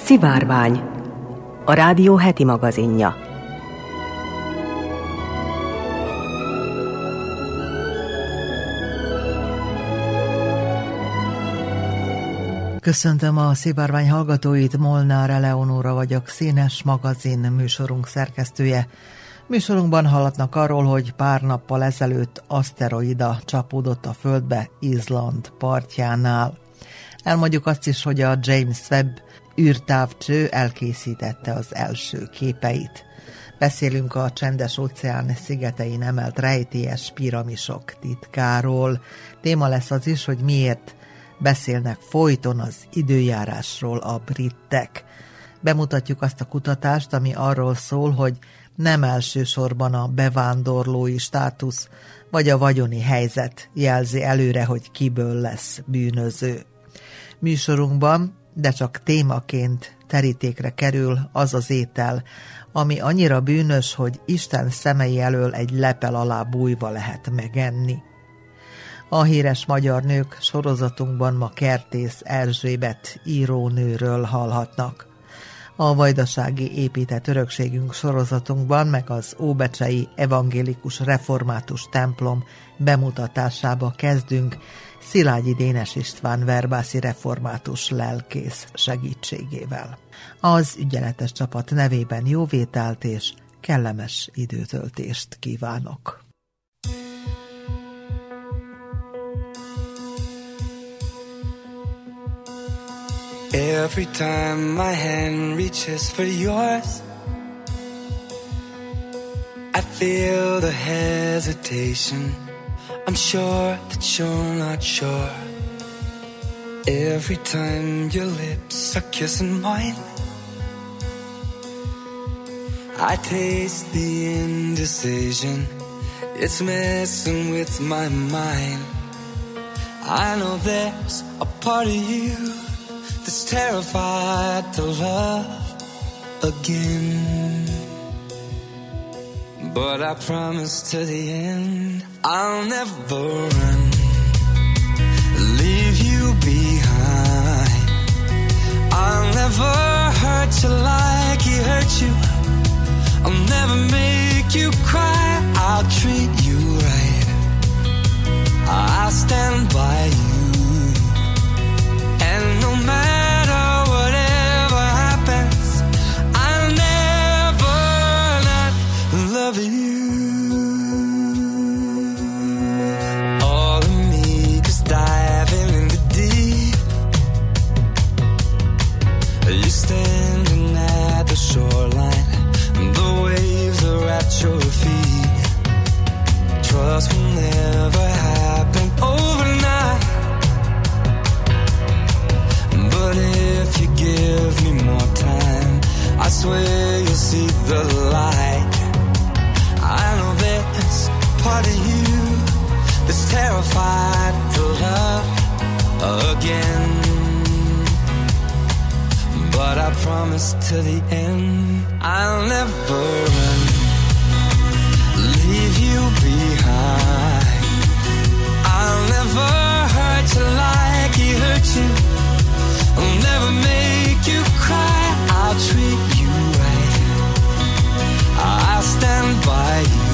Szivárvány, a rádió heti magazinja. Köszöntöm a Szivárvány hallgatóit, Molnár Eleonóra vagyok, színes magazin műsorunk szerkesztője. Műsorunkban hallatnak arról, hogy pár nappal ezelőtt aszteroida csapódott a Földbe Izland partjánál. Elmondjuk azt is, hogy a James Webb űrtávcső elkészítette az első képeit. Beszélünk a Csendes-óceán szigetein emelt rejtélyes piramisok titkáról. Téma lesz az is, hogy miért beszélnek folyton az időjárásról a britek. Bemutatjuk azt a kutatást, ami arról szól, hogy nem elsősorban a bevándorlói státusz vagy a vagyoni helyzet jelzi előre, hogy kiből lesz bűnöző. Műsorunkban, de csak témaként terítékre kerül az az étel, ami annyira bűnös, hogy Isten szemei elől egy lepel alá bújva lehet megenni. A híres magyar nők sorozatunkban ma Kertész Erzsébet írónőről hallhatnak. A vajdasági épített örökségünk sorozatunkban meg az óbecsei evangélikus református templom bemutatásába kezdünk Szilágyi Dénes István verbászi református lelkész segítségével. Az ügyeletes csapat nevében jó vételt és kellemes időtöltést kívánok! Every time my hand reaches for yours, I feel the hesitation. I'm sure that you're not sure. Every time your lips are kissing mine, I taste the indecision. It's messing with my mind. I know there's a part of you that's terrified to love again. But I promise to the end I'll never run, leave you behind. I'll never hurt you like he hurt you. I'll never make you cry. I'll treat you right. I'll stand by you. And no matter whatever happens, I'll never not love you. All of me is diving in the deep. You're standing at the shoreline, the waves are at your feet. Trust will never happen overnight, but if you give me more time, I swear you'll see the light. I know there's part of you that's terrified to love again, but I promise to the end I'll never run, leave you behind. I'll never hurt you like he hurt you. I'll never make you cry. I'll treat you right. I'll stand by you.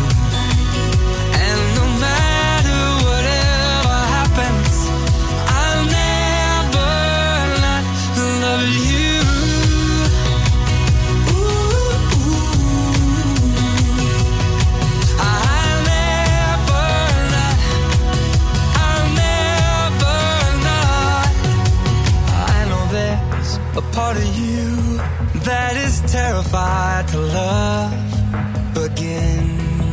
And no matter whatever happens, I'll never not love you. Ooh, I'll never not. I'll never not. I know there's a part of you that is terrified to love again,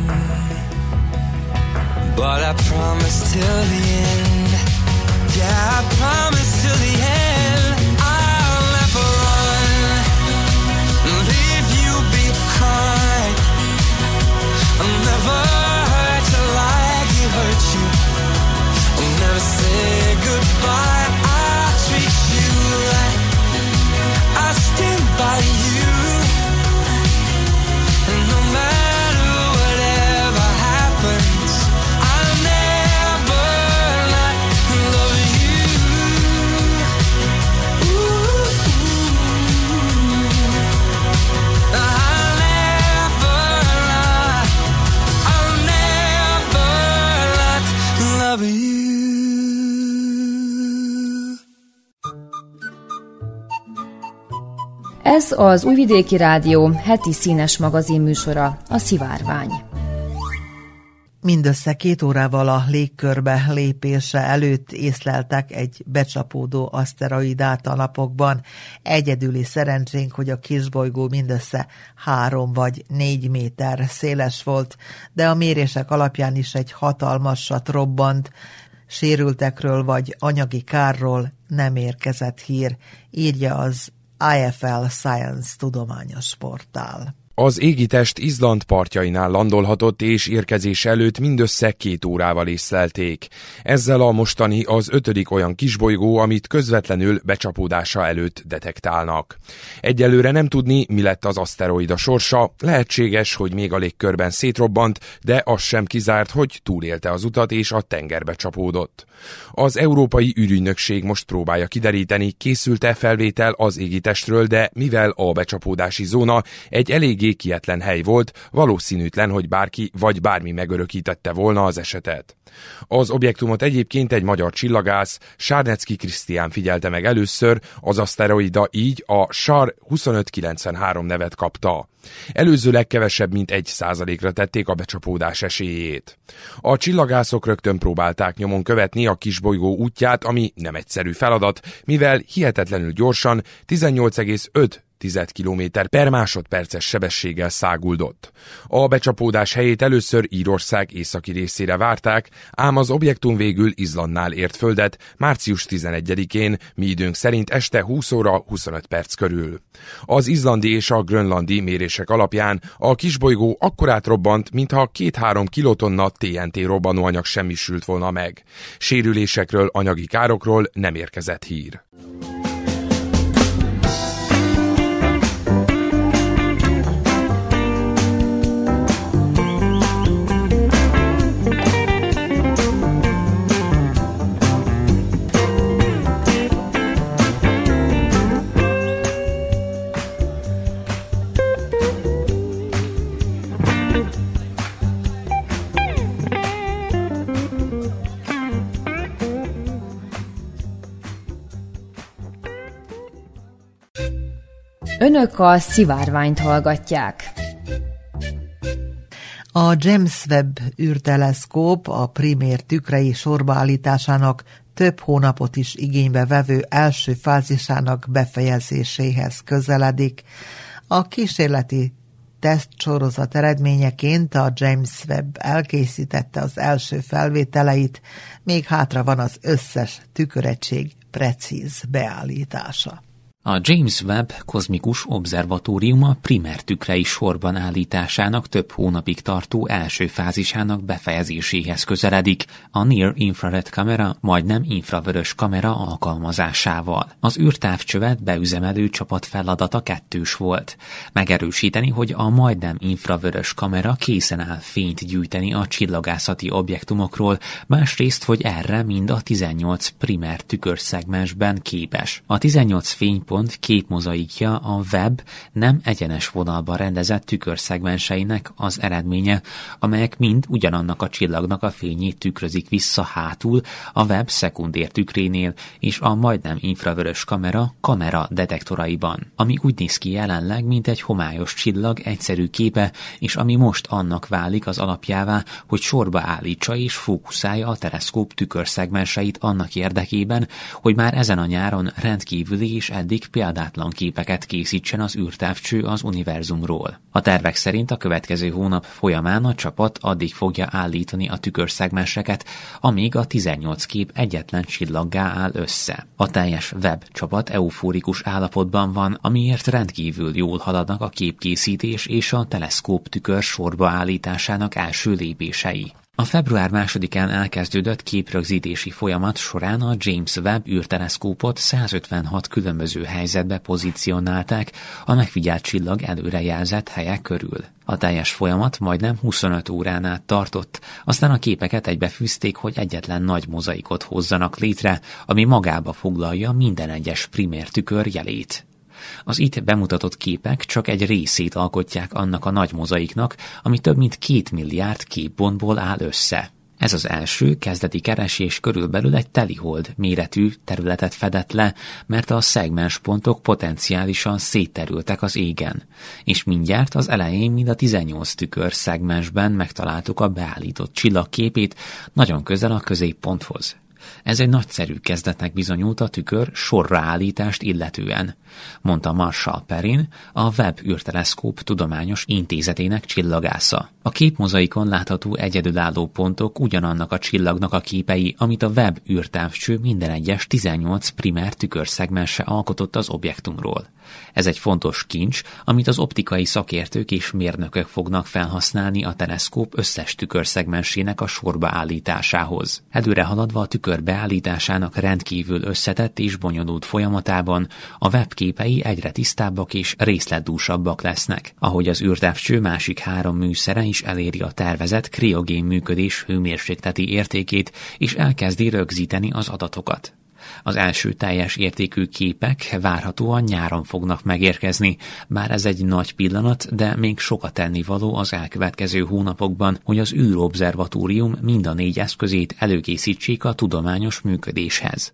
but I promise till the end. Yeah, I promise till the end I'll never run, leave you behind. I'll never hurt you like he hurt you. I'll never say goodbye. I'll treat you right. I'll stand by you. And no matter whatever happens, I'll never not love you. Ez az Újvidéki Rádió heti színes magazin műsora, a Szivárvány. Mindössze 2 órával a légkörbe lépése előtt észleltek egy becsapódó aszteroidát a napokban. Egyedüli szerencsénk, hogy a kisbolygó mindössze 3 vagy 4 méter széles volt, de a mérések alapján is egy hatalmasat robbant. Sérültekről vagy anyagi kárról nem érkezett hír, írja az IFL Science tudományos portál. Az égitest Izland partjainál landolhatott, és érkezés előtt mindössze 2 órával észlelték. Ezzel a mostani az 5. olyan kisbolygó, amit közvetlenül becsapódása előtt detektálnak. Egyelőre nem tudni, mi lett az aszteroida sorsa, lehetséges, hogy még a légkörben szétrobbant, de az sem kizárt, hogy túlélte az utat és a tengerbe csapódott. Az Európai űrügynökség most próbálja kideríteni, készült-e felvétel az égitestről, de mivel a becsapódási zóna egy eléggé kietlen hely volt, valószínűtlen, hogy bárki vagy bármi megörökítette volna az esetet. Az objektumot egyébként egy magyar csillagász, Sárnecki Krisztián figyelte meg először, az aszteroida így a SAR 2593 nevet kapta. Előzőleg kevesebb mint 1%-ra tették a becsapódás esélyét. A csillagászok rögtön próbálták nyomon követni a kisbolygó útját, ami nem egyszerű feladat, mivel hihetetlenül gyorsan 18,5 km per másodperces sebességgel száguldott. A becsapódás helyét először Írország északi részére várták, ám az objektum végül Izlandnál ért földet március 11-én, mi időnk szerint este 20 óra 25 perc körül. Az izlandi és a grönlandi mérések alapján a kisbolygó akkorát robbant, mintha 2-3 kilotonna TNT robbanóanyag semmisült volna meg. Sérülésekről, anyagi károkról nem érkezett hír. Önök a Szivárványt hallgatják. A James Webb űrteleszkóp a primér tükrei sorbaállításának több hónapot is igénybe vevő első fázisának befejezéséhez közeledik. A kísérleti tesztsorozat eredményeként a James Webb elkészítette az első felvételeit, még hátra van az összes tüköregység precíz beállítása. A James Webb kozmikus obszervatóriuma primer tükrei sorban állításának több hónapig tartó első fázisának befejezéséhez közeledik, a Near Infrared kamera, majdnem infravörös kamera alkalmazásával. Az űrtávcsövet beüzemelő csapat feladata 2 volt. Megerősíteni, hogy a majdnem infravörös kamera készen áll fényt gyűjteni a csillagászati objektumokról, másrészt, hogy erre mind a 18 primer tükörszegmensben képes. A 18 fénypont képmozaikja a Webb nem egyenes vonalban rendezett tükörszegmenseinek az eredménye, amelyek mind ugyanannak a csillagnak a fényét tükrözik vissza hátul a Webb szekundér tükrénél és a majdnem infravörös kamera detektoraiban, ami úgy néz ki jelenleg, mint egy homályos csillag egyszerű képe, és ami most annak válik az alapjává, hogy sorba állítsa és fókuszálja a teleszkóp tükörszegmenseit annak érdekében, hogy már ezen a nyáron rendkívüli és eddig példátlan képeket készítsen az űrtávcső az univerzumról. A tervek szerint a következő hónap folyamán a csapat addig fogja állítani a tükörszegmenseket, amíg a 18 kép egyetlen csillaggá áll össze. A teljes Webb csapat eufórikus állapotban van, amiért rendkívül jól haladnak a képkészítés és a teleszkóp tükör sorba állításának első lépései. A február 2-án elkezdődött képrögzítési folyamat során a James Webb űrteleszkópot 156 különböző helyzetbe pozícionálták a megfigyelt csillag előrejelzett helye körül. A teljes folyamat majdnem 25 órán át tartott, aztán a képeket egybefűzték, hogy egyetlen nagy mozaikot hozzanak létre, ami magába foglalja minden egyes primér tükör jelét. Az itt bemutatott képek csak egy részét alkotják annak a nagy mozaiknak, ami több mint 2 milliárd képpontból áll össze. Ez az első kezdeti keresés körülbelül egy telihold méretű területet fedett le, mert a szegmenspontok potenciálisan szétterültek az égen, és mindjárt az elején mind a 18 tükör szegmensben megtaláltuk a beállított csillag képét nagyon közel a középponthoz. Ez egy nagyszerű kezdetnek bizonyult a tükör sorraállítást illetően, mondta Marshall Perrin, a Webb űrteleszkóp tudományos intézetének csillagásza. A képmozaikon látható egyedülálló pontok ugyanannak a csillagnak a képei, amit a Webb űrtávcső minden egyes 18 primer tükörszegmense alkotott az objektumról. Ez egy fontos kincs, amit az optikai szakértők és mérnökök fognak felhasználni a teleszkóp összes tükörszegmensének a sorba állításához. Előre haladva a tükör beállításának rendkívül összetett és bonyolult folyamatában a Webb képei egyre tisztábbak és részletdúsabbak lesznek, ahogy az űrtávcső másik 3 műszere is eléri a tervezett kriogén működés hőmérsékleti értékét és elkezdi rögzíteni az adatokat. Az első teljes értékű képek várhatóan nyáron fognak megérkezni, bár ez egy nagy pillanat, de még sokat tennivaló az elkövetkező hónapokban, hogy az űrobszervatórium mind a 4 eszközét előkészítsék a tudományos működéshez.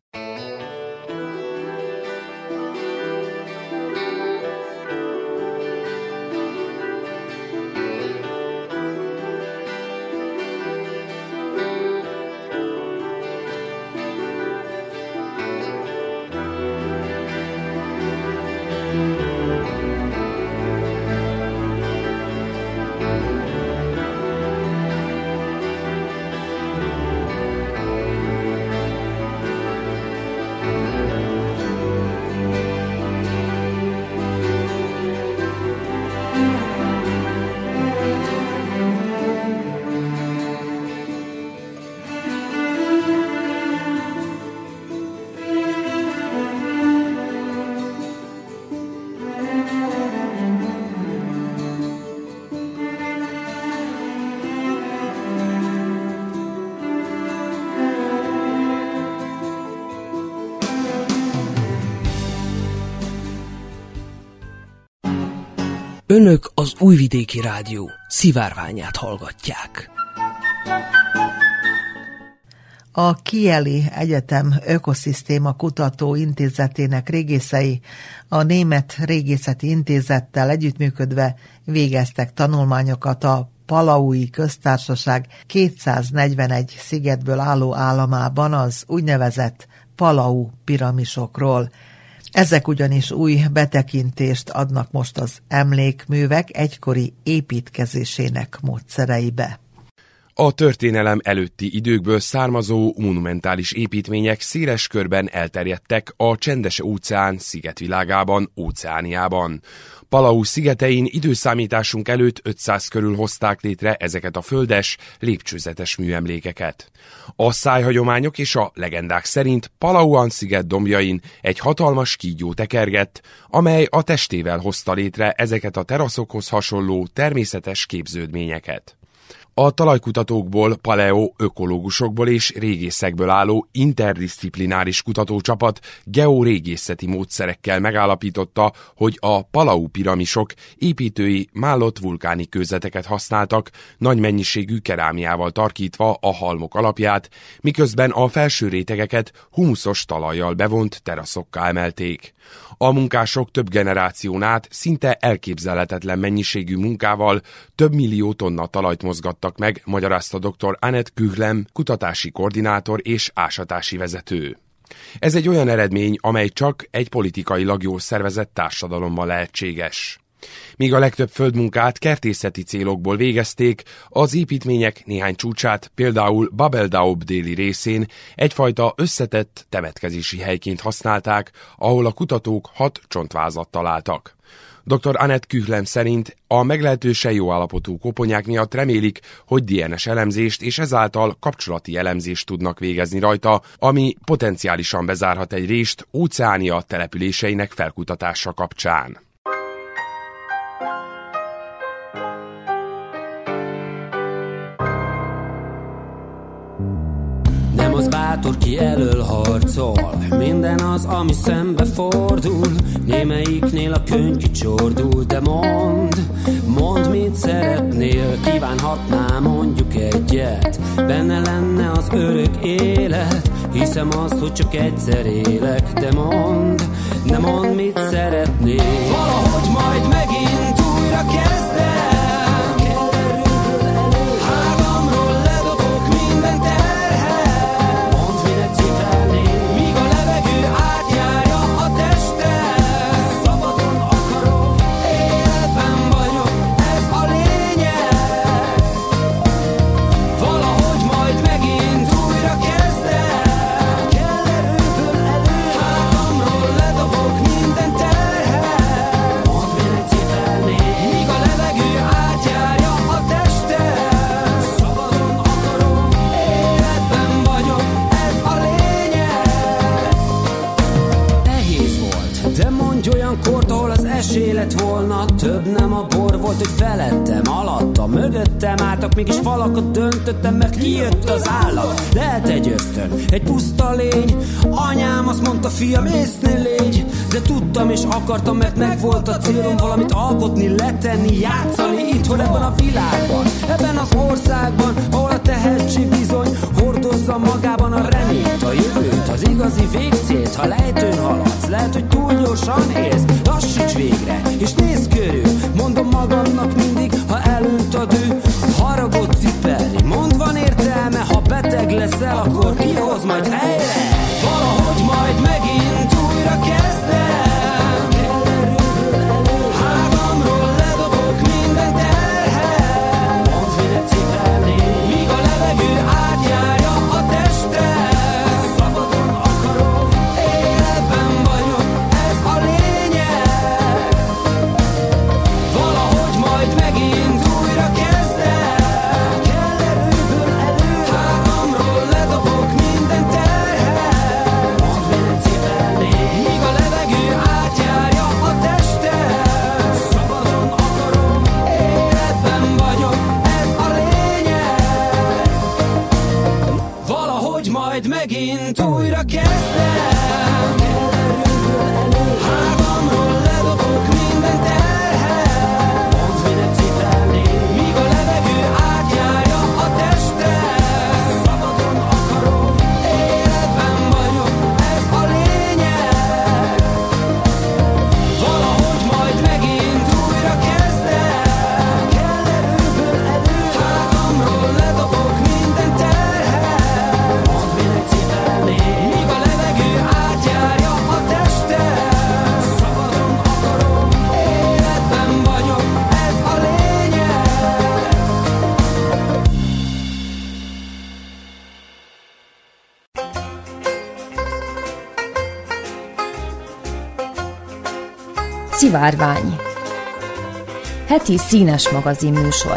Önök az Újvidéki Rádió szivárványát hallgatják. A Kieli Egyetem Ökoszisztéma Kutató Intézetének régészei a Német Régészeti Intézettel együttműködve végeztek tanulmányokat a Palaui Köztársaság 241 szigetből álló államában az úgynevezett Palau piramisokról. Ezek ugyanis új betekintést adnak most az emlékművek egykori építkezésének módszereibe. A történelem előtti időkből származó monumentális építmények széles körben elterjedtek a Csendes-óceán szigetvilágában, Óceániában. Palau szigetein időszámításunk előtt 500 körül hozták létre ezeket a földes, lépcsőzetes műemlékeket. A szájhagyományok és a legendák szerint Palauan sziget dombjain egy hatalmas kígyó tekergett, amely a testével hozta létre ezeket a teraszokhoz hasonló természetes képződményeket. A talajkutatókból, paleoökológusokból és régészekből álló interdisziplináris kutatócsapat georégészeti módszerekkel megállapította, hogy a Palau piramisok építői mállott vulkáni kőzeteket használtak, nagy mennyiségű kerámiával tarkítva a halmok alapját, miközben a felső rétegeket humuszos talajjal bevont teraszokká emelték. A munkások több generáción át szinte elképzelhetetlen mennyiségű munkával több millió tonna talajt mozgattak meg, magyarázta dr. Annette Kühlem, kutatási koordinátor és ásatási vezető. Ez egy olyan eredmény, amely csak egy politikailag jól szervezett társadalomban lehetséges. Míg a legtöbb földmunkát kertészeti célokból végezték, az építmények néhány csúcsát, például Bab el-Daob déli részén egyfajta összetett temetkezési helyként használták, ahol a kutatók 6 csontvázat találtak. Dr. Annette Kühlem szerint a meglehetősen jó állapotú koponyák miatt remélik, hogy DNS elemzést és ezáltal kapcsolati elemzést tudnak végezni rajta, ami potenciálisan bezárhat egy rést Óceánia településeinek felkutatása kapcsán. Nem az bátor, ki elől harcol, minden az, ami szembe fordul, némelyiknél a könyv kicsordul, de mondd Mondd, mit szeretnél, kívánhatnál mondjuk egyet. Benne lenne az örök élet, hiszem azt, hogy csak egyszer élek. De mondd, ne mondd, mit szeretnél. Valahogy majd megint újra kezdem. Hátamról ledobok minden terhet. Mondd, minek cipelnél, míg a levegő átjárja a testet. Szabadon akarom, életben vagyok, ez a lényeg. Valahogy majd megint újra kezdem. Kell erőből elő. Hátamról ledobok minden terhet. Mondd, minek cipelnél, míg a levegő átjárja a testet. Szabadon akarom, életben vagyok, ez a lényeg. Nehéz volt, de mondj olyan kort, ahol az esély lett volna. Több nem a bor volt, hogy felettem, alattam, mögöttem álltak, mégis falakat döntöttem, mert kijött az állam. Lehet egy ösztön, egy puszta lény. Anyám azt mondta, fiam, észnél légy. De tudtam és akartam, mert megvolt a célom, valamit alkotni, letenni, játszani itthon ebben a világban, ebben az országban, ahol a tehetség bizony hordozza magában a reményt, a jövőt, az igazi végcélt. Ha lejtőn haladsz, lehet, hogy túl gyorsan élsz. Lassíts végre, és nézz körül. Mondom magamnak mindig, ha elönt a dű, haragot cipelni. Mondd, van értelme, ha beteg leszel, akkor kihoz majd helyre. Valahogy majd megint újra kezdem. Kell erőből elő. Hátamról ledobok minden terhet. Mondd, minek cipelnél, míg a levegő átjárja a testet. Szabadon akarom, életben vagyok, ez a lényeg. Valahogy majd megint újra kezdem. Kell erőből elő. Hátamról ledobok minden terhet. Mondd, minek cipelnél, míg a levegő átjárja a testet. Szabadon akarom, életben vagyok, ez a lényeg. Valahogy majd megint újra kezdem. Kell erőből elő. Hátamról ledobok minden terhet. Mondd, minek cipelnél, míg a levegő átjárja a testet. Szabadon akarom, életben vagyok, ez a lényeg. Valahogy majd megint újra kezdem. Kell erőből elő. Hátamról ledobok minden terhet. Mondd, minek cipelnél, míg a levegő átjárja a testet. Szabadon akarom, életben vagyok, ez a lényeg. Szivárvány. Heti színes magazin műsor.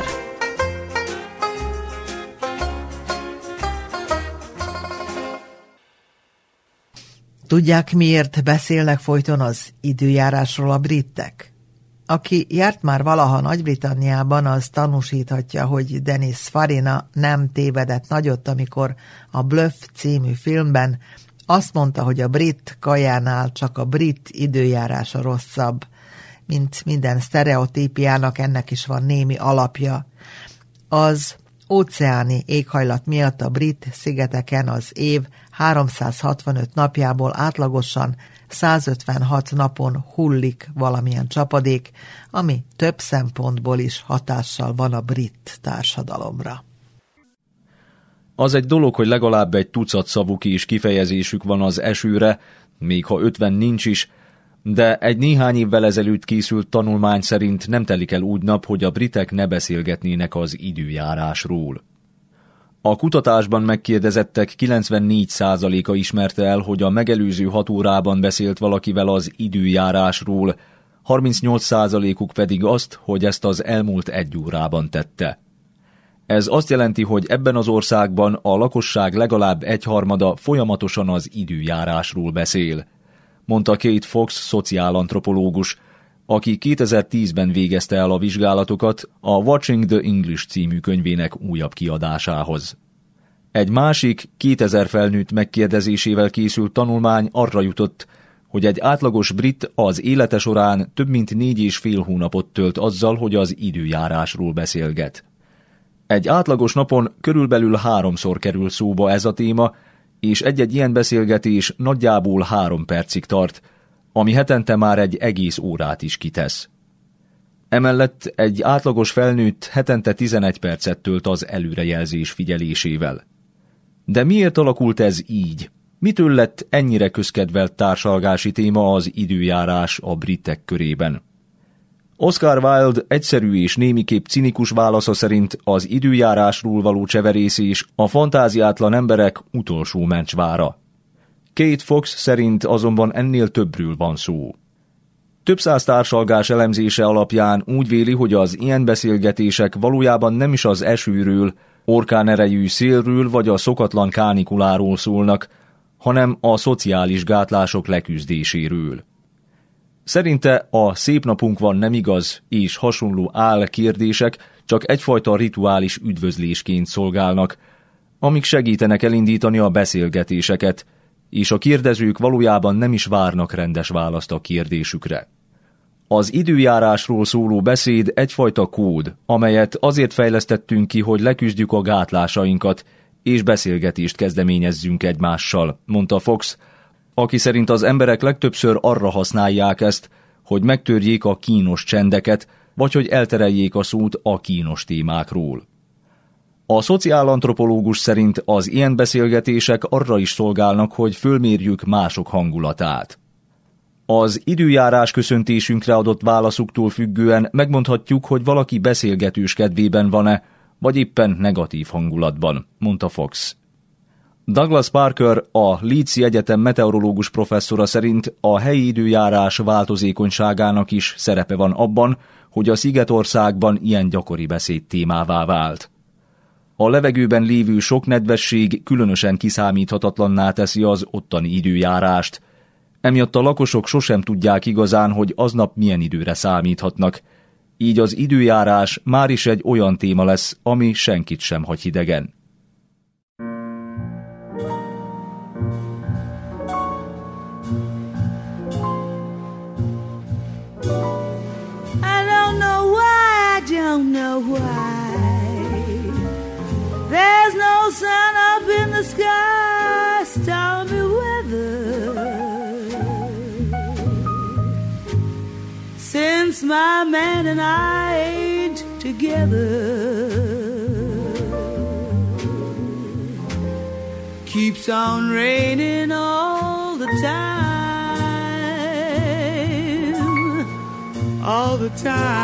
Tudják, miért beszélnek folyton az időjárásról a britek? Aki járt már valaha Nagy-Britanniában, az tanúsíthatja, hogy Dennis Farina nem tévedett nagyot, amikor a Bluff című filmben azt mondta, hogy a brit kajánál csak a brit időjárása rosszabb. Mint minden sztereotípiának, ennek is van némi alapja. Az óceáni éghajlat miatt a brit szigeteken az év 365 napjából átlagosan 156 napon hullik valamilyen csapadék, ami több szempontból is hatással van a brit társadalomra. Az egy dolog, hogy legalább egy tucat szavuk és kifejezésük van az esőre, még ha 50 nincs is, de egy néhány évvel ezelőtt készült tanulmány szerint nem telik el úgy nap, hogy a britek ne beszélgetnének az időjárásról. A kutatásban megkérdezettek 94%-a ismerte el, hogy a megelőző 6 órában beszélt valakivel az időjárásról, 38%-uk pedig azt, hogy ezt az elmúlt 1 órában tette. Ez azt jelenti, hogy ebben az országban a lakosság legalább 1/3 folyamatosan az időjárásról beszél, mondta Kate Fox, szociálantropológus, aki 2010-ben végezte el a vizsgálatokat a Watching the English című könyvének újabb kiadásához. Egy másik, 2000 felnőtt megkérdezésével készült tanulmány arra jutott, hogy egy átlagos brit az élete során több mint 4,5 hónapot tölt azzal, hogy az időjárásról beszélget. Egy átlagos napon körülbelül 3-szor kerül szóba ez a téma, és egy-egy ilyen beszélgetés nagyjából 3 percig tart, ami hetente már egy egész órát is kitesz. Emellett egy átlagos felnőtt hetente 11 percet tölt az előrejelzés figyelésével. De miért alakult ez így? Mitől lett ennyire közkedvelt társalgási téma az időjárás a britek körében? Oscar Wilde egyszerű és némiképp cinikus válasza szerint az időjárásról való cseverészés a fantáziátlan emberek utolsó mencsvára. Kate Fox szerint azonban ennél többről van szó. Több száz társalgás elemzése alapján úgy véli, hogy az ilyen beszélgetések valójában nem is az esőről, orkánerejű szélről vagy a szokatlan kánikuláról szólnak, hanem a szociális gátlások leküzdéséről. Szerinte a szép napunk van nem igaz és hasonló álkérdések csak egyfajta rituális üdvözlésként szolgálnak, amik segítenek elindítani a beszélgetéseket, és a kérdezők valójában nem is várnak rendes választ a kérdésükre. Az időjárásról szóló beszéd egyfajta kód, amelyet azért fejlesztettünk ki, hogy leküzdjük a gátlásainkat, és beszélgetést kezdeményezzünk egymással, mondta Fox, aki szerint az emberek legtöbbször arra használják ezt, hogy megtörjék a kínos csendeket, vagy hogy eltereljék a szót a kínos témákról. A szociálantropológus szerint az ilyen beszélgetések arra is szolgálnak, hogy fölmérjük mások hangulatát. Az időjárás köszöntésünkre adott válaszuktól függően megmondhatjuk, hogy valaki beszélgetős kedvében van-e, vagy éppen negatív hangulatban, mondta Fox. Douglas Parker, a Leeds Egyetem meteorológus professzora szerint a helyi időjárás változékonyságának is szerepe van abban, hogy a Szigetországban ilyen gyakori beszéd témává vált. A levegőben lévő sok nedvesség különösen kiszámíthatatlanná teszi az ottani időjárást. Emiatt a lakosok sosem tudják igazán, hogy aznap milyen időre számíthatnak. Így az időjárás máris egy olyan téma lesz, ami senkit sem hagy hidegen. There's no sun up in the sky, stormy weather. Since my man and I ain't together, keeps on raining all the time, all the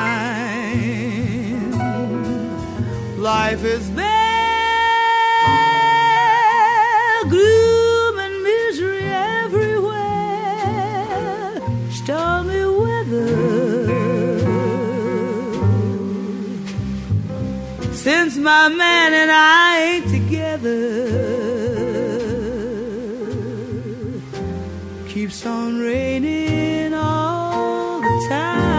time. Life is bad. Gloom and misery everywhere, stormy weather. Since my man and I ain't together, keeps on raining all the time.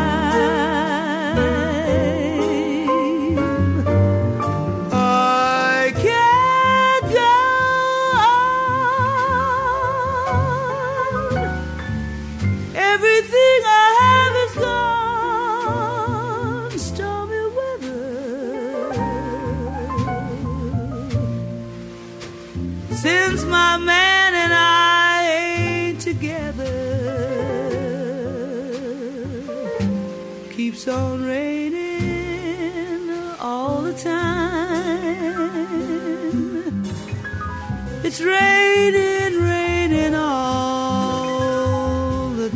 Since my man and I ain't together, keeps on raining all the time. It's raining, raining all the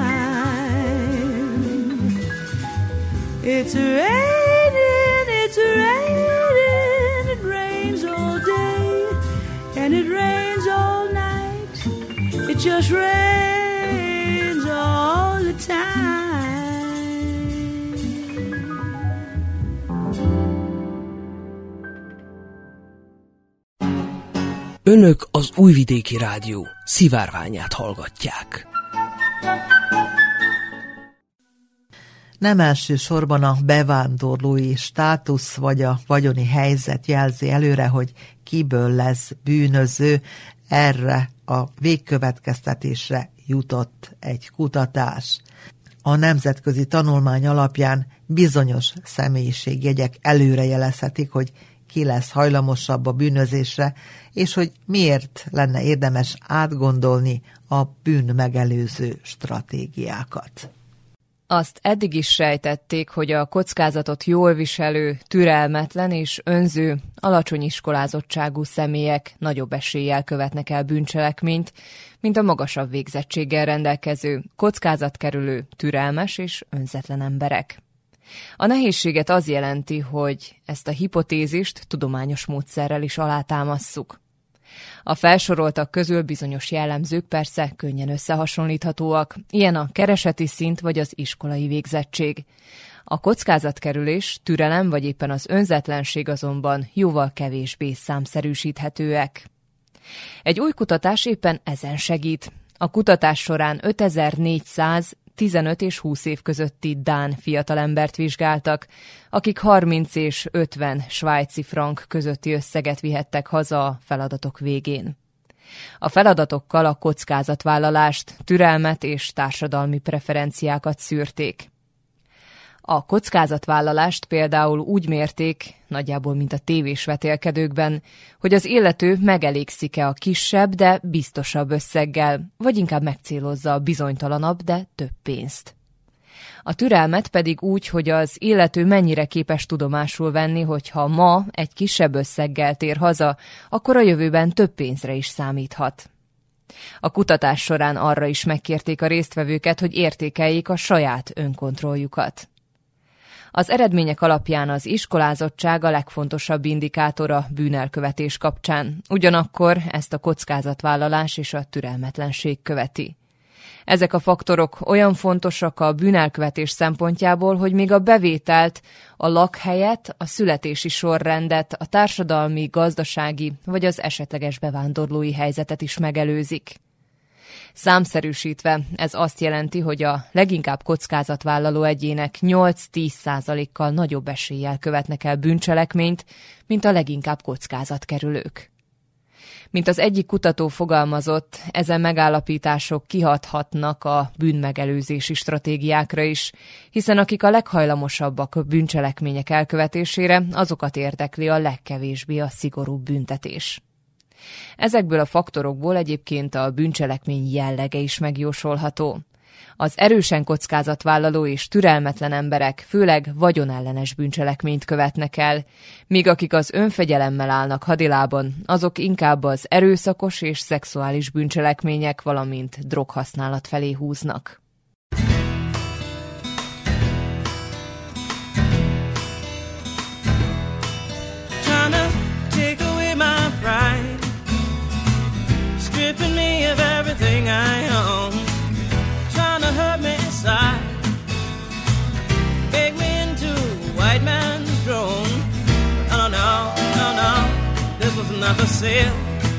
time. It's raining, it's raining, it rains all day. And it rains all night, it just rains all the time. Önök az Újvidéki Rádió szivárványát hallgatják. Nem elsősorban a bevándorlói státusz vagy a vagyoni helyzet jelzi előre, hogy kiből lesz bűnöző, erre a végkövetkeztetésre jutott egy kutatás. A nemzetközi tanulmány alapján bizonyos személyiségjegyek előrejelezhetik, hogy ki lesz hajlamosabb a bűnözésre, és hogy miért lenne érdemes átgondolni a bűn megelőző stratégiákat. Azt eddig is sejtették, hogy a kockázatot jól viselő, türelmetlen és önző, alacsony iskolázottságú személyek nagyobb eséllyel követnek el bűncselekményt, mint a magasabb végzettséggel rendelkező, kockázatkerülő, türelmes és önzetlen emberek. A nehézséget az jelenti, hogy ezt a hipotézist tudományos módszerrel is alátámasszuk. A felsoroltak közül bizonyos jellemzők persze könnyen összehasonlíthatóak, ilyen a kereseti szint vagy az iskolai végzettség. A kockázatkerülés, türelem vagy éppen az önzetlenség azonban jóval kevésbé számszerűsíthetőek. Egy új kutatás éppen ezen segít. A kutatás során 5400 15 és 20 év közötti dán fiatalembert vizsgáltak, akik 30 és 50 svájci frank közötti összeget vihettek haza a feladatok végén. A feladatokkal a kockázatvállalást, türelmet és társadalmi preferenciákat szűrték. A kockázatvállalást például úgy mérték, nagyjából mint a tévés vetélkedőkben, hogy az illető megelégszik-e a kisebb, de biztosabb összeggel, vagy inkább megcélozza a bizonytalanabb, de több pénzt. A türelmet pedig úgy, hogy az illető mennyire képes tudomásul venni, hogy ha ma egy kisebb összeggel tér haza, akkor a jövőben több pénzre is számíthat. A kutatás során arra is megkérték a résztvevőket, hogy értékeljék a saját önkontrolljukat. Az eredmények alapján az iskolázottság a legfontosabb indikátor a bűnelkövetés kapcsán, ugyanakkor ezt a kockázatvállalás és a türelmetlenség követi. Ezek a faktorok olyan fontosak a bűnelkövetés szempontjából, hogy még a bevételt, a lakhelyet, a születési sorrendet, a társadalmi, gazdasági vagy az esetleges bevándorlói helyzetet is megelőzik. Számszerűsítve ez azt jelenti, hogy a leginkább kockázatvállaló egyének 8-10%-kal nagyobb eséllyel követnek el bűncselekményt, mint a leginkább kockázatkerülők. Mint az egyik kutató fogalmazott, ezen megállapítások kihathatnak a bűnmegelőzési stratégiákra is, hiszen akik a leghajlamosabbak a bűncselekmények elkövetésére, azokat érdekli a legkevésbé a szigorúbb büntetés. Ezekből a faktorokból egyébként a bűncselekmény jellege is megjósolható. Az erősen kockázatvállaló és türelmetlen emberek főleg vagyonellenes bűncselekményt követnek el, míg akik az önfegyelemmel állnak hadilában, azok inkább az erőszakos és szexuális bűncselekmények, valamint droghasználat felé húznak. Stripping me of everything I own, trying to hurt me inside, make me into a white man's drone. No, no, no, no, this was not for sale.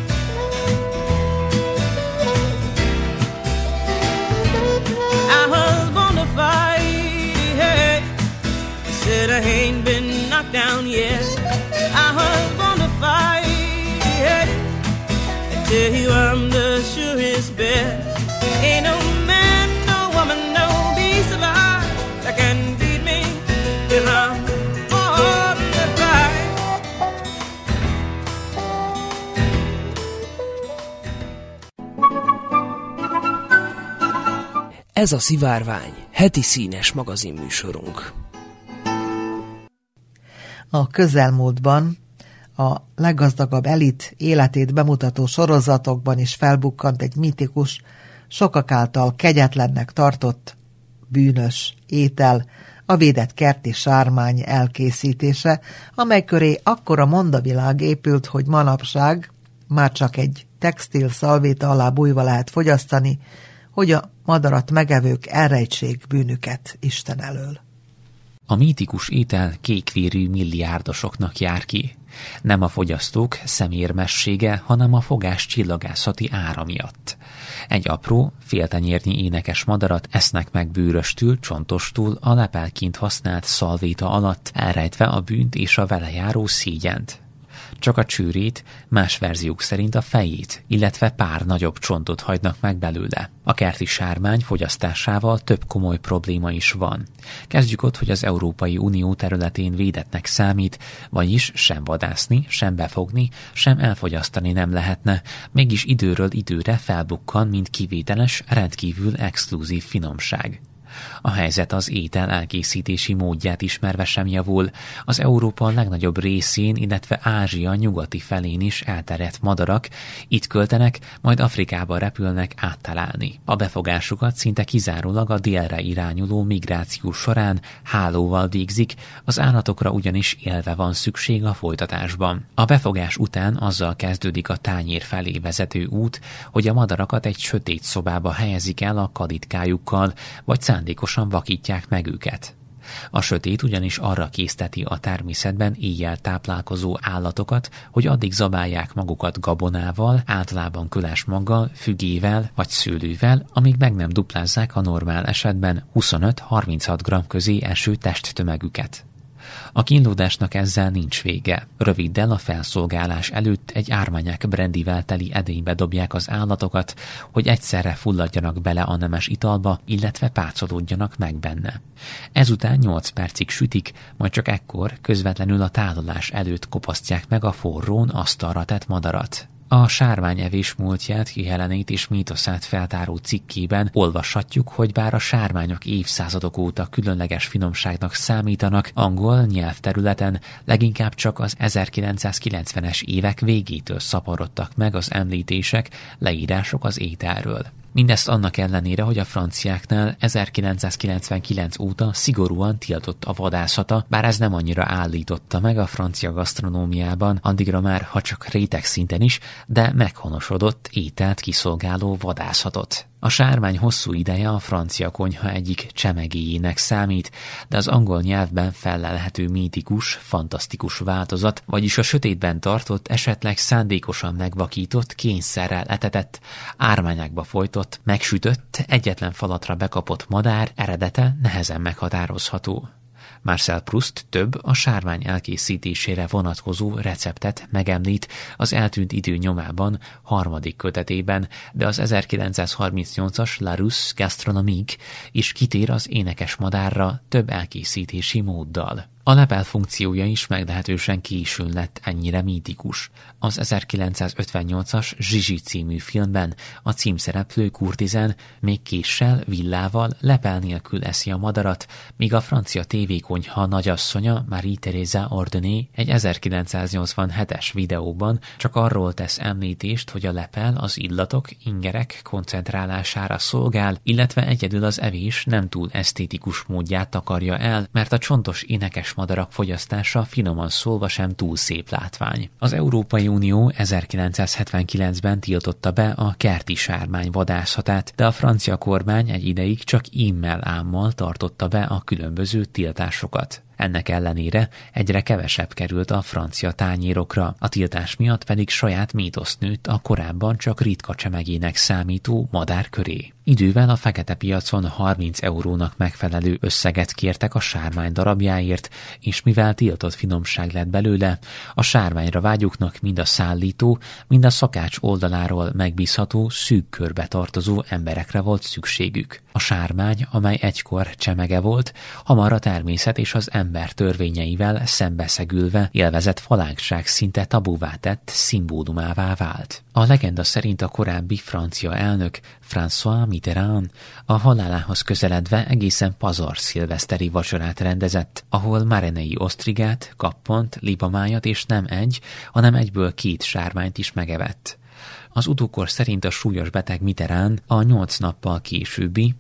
I was born to fight, hey. They said I ain't been knocked down yet. I was born to fight, hey. Tell you I'm the surest bet. Ain't no man, no woman, no beast alive that can beat me if I'm on the fight. Ez a Szivárvány, heti színes magazinműsorunk. A közelmúltban a leggazdagabb elit életét bemutató sorozatokban is felbukkant egy mitikus, sokak által kegyetlennek tartott bűnös étel, a védett kerti sármány elkészítése, amely köré akkora mondavilág épült, hogy manapság már csak egy textil szalvéta alá bújva lehet fogyasztani, hogy a madarat megevők elrejtsék bűnüket Isten elől. A mítikus étel kékvérű milliárdosoknak jár ki. Nem a fogyasztók szemérmessége, hanem a fogás csillagászati ára miatt. Egy apró, féltenyérnyi énekes madarat esznek meg bőröstül, csontostól a lepelként használt szalvéta alatt, elrejtve a bűnt és a vele járó szégyent. csak a csőrét, más verziók szerint a fejét, illetve pár nagyobb csontot hagynak meg belőle. A kerti sármány fogyasztásával több komoly probléma is van. Kezdjük ott, hogy az Európai Unió területén védettnek számít, vagyis sem vadászni, sem befogni, sem elfogyasztani nem lehetne, mégis időről időre felbukkan, mint kivételes, rendkívül exkluzív finomság. A helyzet az étel elkészítési módját ismerve sem javul. Az Európa legnagyobb részén, illetve Ázsia nyugati felén is elterjedt madarak itt költenek, majd Afrikába repülnek áttalálni. A befogásukat szinte kizárólag a délre irányuló migráció során hálóval végzik, az állatokra ugyanis élve van szükség a folytatásban. A befogás után azzal kezdődik a tányér felé vezető út, hogy a madarakat egy sötét szobába helyezik el a kaditkájukkal, vagy szándékosan vakítják meg őket. A sötét ugyanis arra készteti a természetben éjjel táplálkozó állatokat, hogy addig zabálják magukat gabonával, általában kölesmaggal, fügével vagy szőlővel, amíg meg nem duplázzák a normál esetben 25-36 g közé eső testtömegüket. A kínlódásnak ezzel nincs vége. Röviddel a felszolgálás előtt egy ármányák brandivel teli edénybe dobják az állatokat, hogy egyszerre fulladjanak bele a nemes italba, illetve pácolódjanak meg benne. Ezután 8 percig sütik, majd csak ekkor közvetlenül a tálalás előtt kopasztják meg a forrón asztalra tett madarat. A sármányevés múltját, kihelenét és mítoszát feltáró cikkében olvashatjuk, hogy bár a sármányok évszázadok óta különleges finomságnak számítanak, angol nyelvterületen leginkább csak az 1990-es évek végétől szaporodtak meg az említések, leírások az ételről. Mindezt annak ellenére, hogy a franciáknál 1999 óta szigorúan tiltott a vadászata, bár ez nem annyira állította meg a francia gasztronómiában, addigra már, ha csak réteg szinten is, de meghonosodott ételt kiszolgáló vadászatot. A sármány hosszú ideje a francia konyha egyik csemegéjének számít, de az angol nyelvben fellelhető mítikus, fantasztikus változat, vagyis a sötétben tartott, esetleg szándékosan megvakított, kényszerrel etetett, ármányákba folytott, megsütött, egyetlen falatra bekapott madár eredete nehezen meghatározható. Marcel Proust több a sármány elkészítésére vonatkozó receptet megemlít az eltűnt idő nyomában 3. kötetében, de az 1938-as Larousse Gastronomique is kitér az énekes madárra több elkészítési móddal. A lepel funkciója is meglehetősen későn lett ennyire mítikus. Az 1958-as Zsizsi című filmben a címszereplő kurtizán még késsel, villával, lepel nélkül eszi a madarat, míg a francia tévékonyha nagyasszonya Marie-Thérèse Ordonné egy 1987-es videóban csak arról tesz említést, hogy a lepel az illatok, ingerek koncentrálására szolgál, illetve egyedül az evés nem túl esztétikus módját takarja el, mert a csontos énekes madarak fogyasztása finoman szólva sem túl szép látvány. Az Európai Unió 1979-ben tiltotta be a kerti sármány vadászatát, de a francia kormány egy ideig csak ímmel-ámmal tartotta be a különböző tiltásokat. Ennek ellenére egyre kevesebb került a francia tányérokra, a tiltás miatt pedig saját mítoszt nőtt a korábban csak ritka csemegének számító madár köré. Idővel a fekete piacon 30 eurónak megfelelő összeget kértek a sármány darabjáért, és mivel tiltott finomság lett belőle, a sármányra vágyóknak mind a szállító, mind a szakács oldaláról megbízható, szűk körbe tartozó emberekre volt szükségük. A sármány, amely egykor csemege volt, hamar a természet és az ember törvényeivel szembeszegülve élvezett falánkság szinte tabuvá tett szimbólumává vált. A legenda szerint a korábbi francia elnök François Mitterrand a halálához közeledve egészen pazar szilveszteri vacsorát rendezett, ahol marenei osztrigát, kappont, libamájat és nem egy, hanem egyből 2 sármányt is megevett. Az utókor szerint a súlyos beteg Mitterrand a 8 nappal későbbi,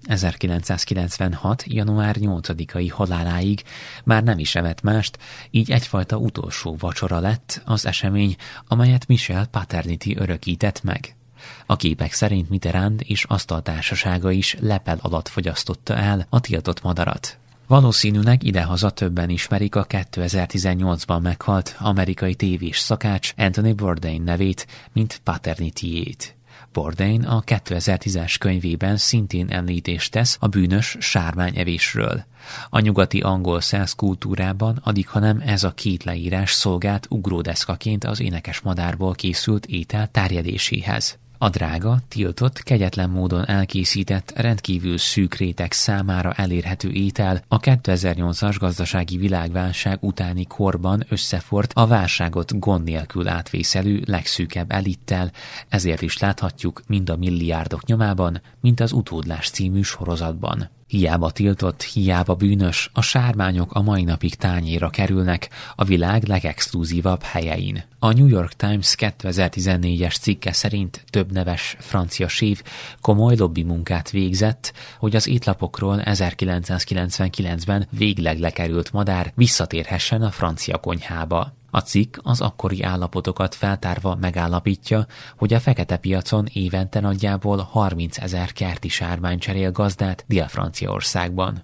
1996. január 8-ai haláláig már nem is evett mást, így egyfajta utolsó vacsora lett az esemény, amelyet Michel Paterniti örökített meg. A képek szerint Mitterrand és asztaltársasága is lepel alatt fogyasztotta el a tiltott madarat. Valószínűleg idehaza többen ismerik a 2018-ban meghalt amerikai tévés szakács Anthony Bourdain nevét, mint Paternitiét. Bourdain a 2010-es könyvében szintén említést tesz a bűnös sármányevésről. A nyugati angol száz kultúrában alighanem ez a két leírás szolgált ugródeszkaként az énekes madárból készült étel terjedéséhez. A drága, tiltott, kegyetlen módon elkészített, rendkívül szűk réteg számára elérhető étel a 2008-as gazdasági világválság utáni korban összefort a válságot gond nélkül átvészelő legszűkebb elittel, ezért is láthatjuk mind a Milliárdok nyomában, mint az Utódlás című sorozatban. Hiába tiltott, hiába bűnös, a sármányok a mai napig tányérra kerülnek a világ legexkluzívabb helyein. A New York Times 2014-es cikke szerint több neves francia séf komoly lobby munkát végzett, hogy az étlapokról 1999-ben végleg lekerült madár visszatérhessen a francia konyhába. A cikk az akkori állapotokat feltárva megállapítja, hogy a fekete piacon évente nagyjából 30 000 kerti sármány cserél gazdát Dél-Franciaországban.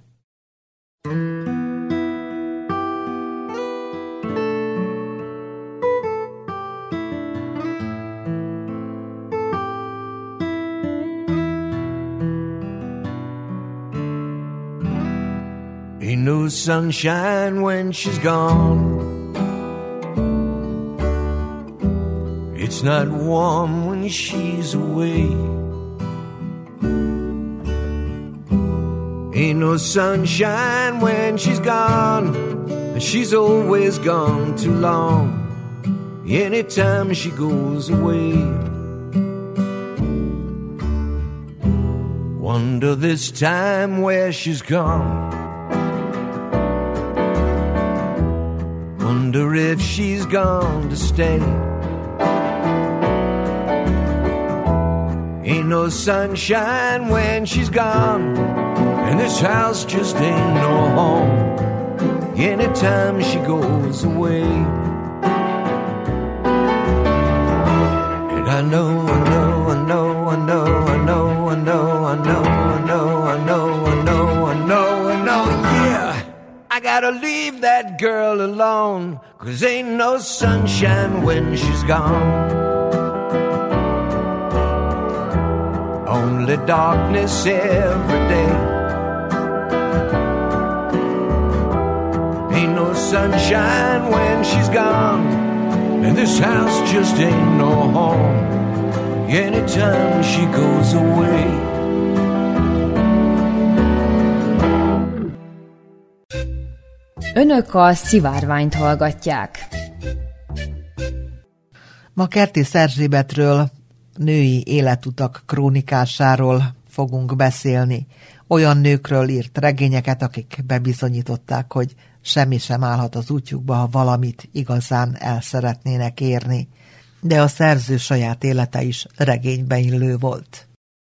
Ain't no sunshine when she's gone. It's not warm when she's away. Ain't no sunshine when she's gone, and she's always gone too long. Anytime she goes away, wonder this time where she's gone. Wonder if she's gone to stay. Ain't no sunshine when she's gone, and this house just ain't no home. Anytime she goes away, and I know, I know, I know, I know, I know, I know, I know, I know, I know, I know, I know, I know, yeah. I gotta leave that girl alone, 'cause ain't no sunshine when she's gone. Only darkness every day. Ain't no sunshine when she's gone, and this house just ain't no home. Anytime she goes away. Önök a Szivárványt hallgatják. Ma Kertész Erzsébetről, női életutak krónikásáról fogunk beszélni. Olyan nőkről írt regényeket, akik bebizonyították, hogy semmi sem állhat az útjukba, ha valamit igazán el szeretnének érni. De a szerző saját élete is regénybe illő volt.